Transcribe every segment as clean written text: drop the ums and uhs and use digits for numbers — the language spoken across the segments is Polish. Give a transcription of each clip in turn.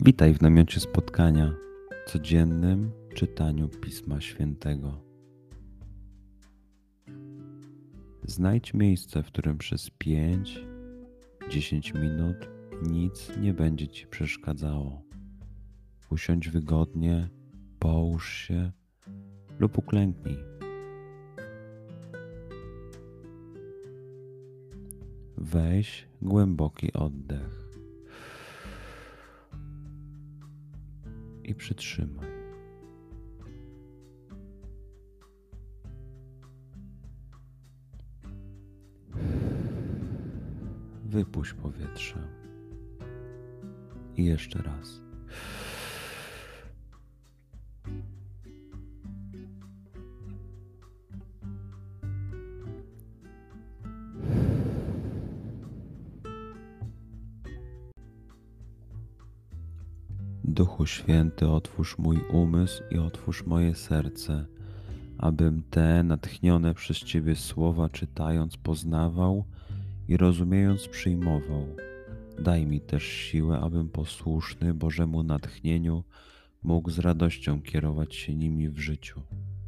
Witaj w namiocie spotkania, codziennym czytaniu Pisma Świętego. Znajdź miejsce, w którym przez 5-10 minut nic nie będzie Ci przeszkadzało. Usiądź wygodnie, połóż się lub uklęknij. Weź głęboki oddech i przytrzymaj. Wypuść powietrze. I jeszcze raz. Duchu Święty, otwórz mój umysł i otwórz moje serce, abym te natchnione przez Ciebie słowa czytając poznawał i rozumiejąc przyjmował. Daj mi też siłę, abym posłuszny Bożemu natchnieniu mógł z radością kierować się nimi w życiu.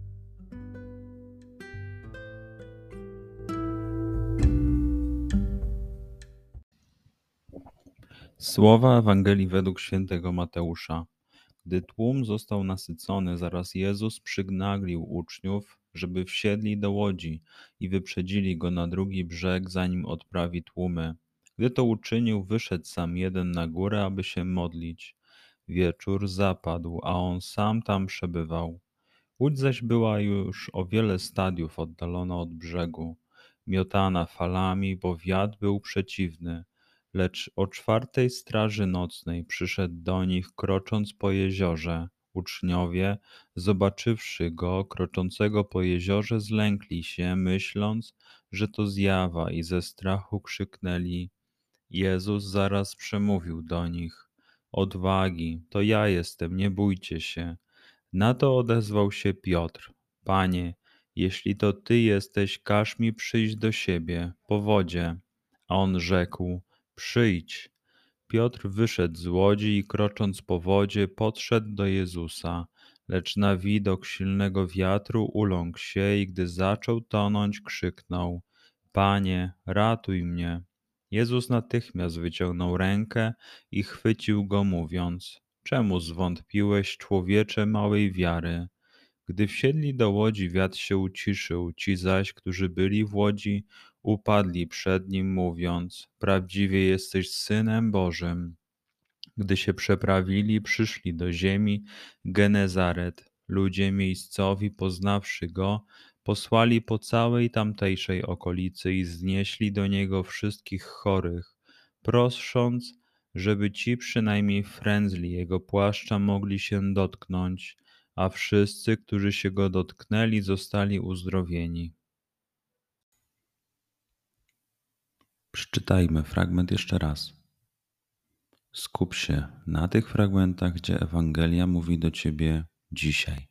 Słowa Ewangelii według świętego Mateusza. Gdy tłum został nasycony, zaraz Jezus przygnaglił uczniów, żeby wsiedli do łodzi i wyprzedzili go na drugi brzeg, zanim odprawi tłumy. Gdy to uczynił, wyszedł sam jeden na górę, aby się modlić. Wieczór zapadł, a on sam tam przebywał. Łódź zaś była już o wiele stadiów oddalona od brzegu, miotana falami, bo wiatr był przeciwny. Lecz o 4:00 straży nocnej przyszedł do nich, krocząc po jeziorze. Uczniowie, zobaczywszy go kroczącego po jeziorze, zlękli się, myśląc, że to zjawa, i ze strachu krzyknęli. Jezus zaraz przemówił do nich: Odwagi, to ja jestem, nie bójcie się. Na to odezwał się Piotr: Panie, jeśli to Ty jesteś, każ mi przyjść do siebie po wodzie. A on rzekł: Przyjdź. Piotr wyszedł z łodzi i krocząc po wodzie podszedł do Jezusa, lecz na widok silnego wiatru uląkł się i gdy zaczął tonąć, krzyknął: Panie, ratuj mnie. Jezus natychmiast wyciągnął rękę i chwycił go, mówiąc: Czemu zwątpiłeś, człowiecze małej wiary? Gdy wsiedli do łodzi, wiatr się uciszył. Ci zaś, którzy byli w łodzi, upadli przed nim, mówiąc: Prawdziwie jesteś Synem Bożym. Gdy się przeprawili, przyszli do ziemi Genezaret. Ludzie miejscowi, poznawszy go, posłali po całej tamtejszej okolicy i znieśli do niego wszystkich chorych, prosząc, żeby ci przynajmniej frędzli jego płaszcza mogli się dotknąć, a wszyscy, którzy się go dotknęli, zostali uzdrowieni. Przeczytajmy fragment jeszcze raz. Skup się na tych fragmentach, gdzie Ewangelia mówi do Ciebie dzisiaj.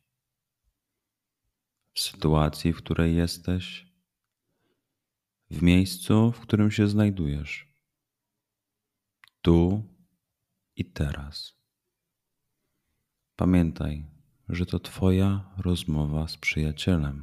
W sytuacji, w której jesteś, w miejscu, w którym się znajdujesz, tu i teraz. Pamiętaj, że to Twoja rozmowa z przyjacielem.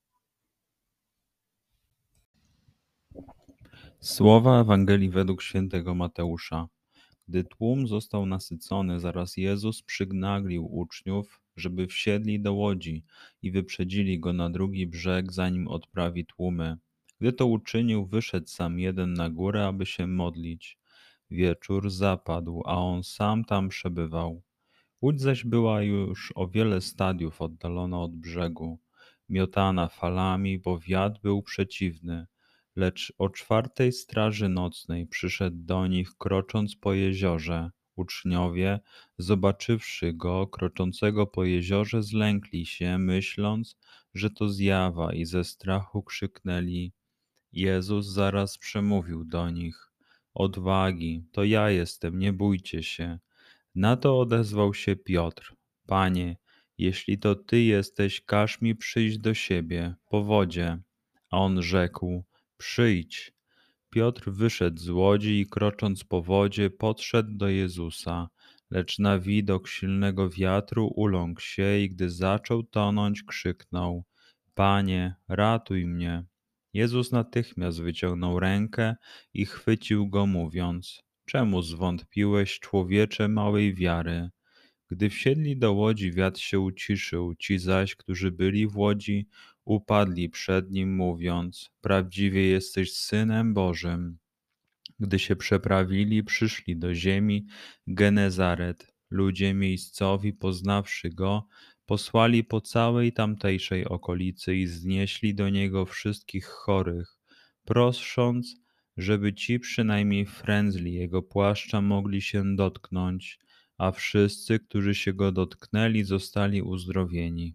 Słowa Ewangelii według świętego Mateusza. Gdy tłum został nasycony, zaraz Jezus przygnaglił uczniów, żeby wsiedli do łodzi i wyprzedzili go na drugi brzeg, zanim odprawi tłumy. Gdy to uczynił, wyszedł sam jeden na górę, aby się modlić. Wieczór zapadł, a on sam tam przebywał. Łódź zaś była już o wiele stadiów oddalona od brzegu, miotana falami, bo wiatr był przeciwny. Lecz o 4:00 straży nocnej przyszedł do nich, krocząc po jeziorze. Uczniowie, zobaczywszy go kroczącego po jeziorze, zlękli się, myśląc, że to zjawa, i ze strachu krzyknęli. Jezus zaraz przemówił do nich: Odwagi, to ja jestem, nie bójcie się. Na to odezwał się Piotr: Panie, jeśli to Ty jesteś, każ mi przyjść do siebie po wodzie. A on rzekł: Przyjdź. Piotr wyszedł z łodzi i krocząc po wodzie podszedł do Jezusa, Lecz na widok silnego wiatru uląkł się i gdy zaczął tonąć, krzyknął: Panie, ratuj mnie! Jezus natychmiast wyciągnął rękę i chwycił go, mówiąc: Czemu zwątpiłeś, człowiecze małej wiary? Gdy wsiedli do łodzi, wiatr się uciszył. Ci zaś, którzy byli w łodzi, upadli przed nim, mówiąc: Prawdziwie jesteś Synem Bożym. Gdy się przeprawili, przyszli do ziemi Genezaret. Ludzie miejscowi, poznawszy go, posłali po całej tamtejszej okolicy i znieśli do niego wszystkich chorych, prosząc, żeby ci przynajmniej frędzli jego płaszcza mogli się dotknąć, a wszyscy, którzy się go dotknęli, zostali uzdrowieni.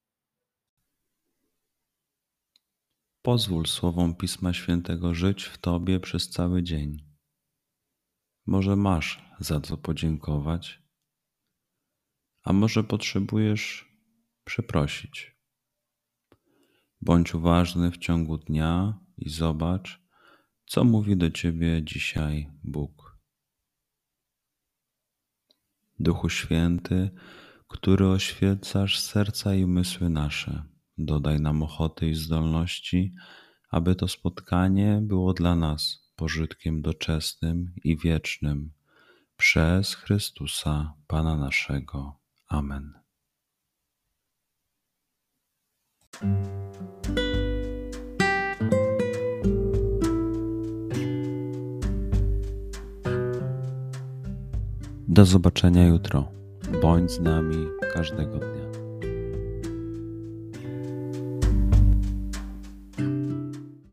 Pozwól słowom Pisma Świętego żyć w Tobie przez cały dzień. Może masz za co podziękować, a może potrzebujesz przeprosić. Bądź uważny w ciągu dnia i zobacz, co mówi do Ciebie dzisiaj Bóg. Duchu Święty, który oświecasz serca i umysły nasze, dodaj nam ochoty i zdolności, aby to spotkanie było dla nas pożytkiem doczesnym i wiecznym. Przez Chrystusa, Pana naszego. Amen. Do zobaczenia jutro. Bądź z nami każdego dnia.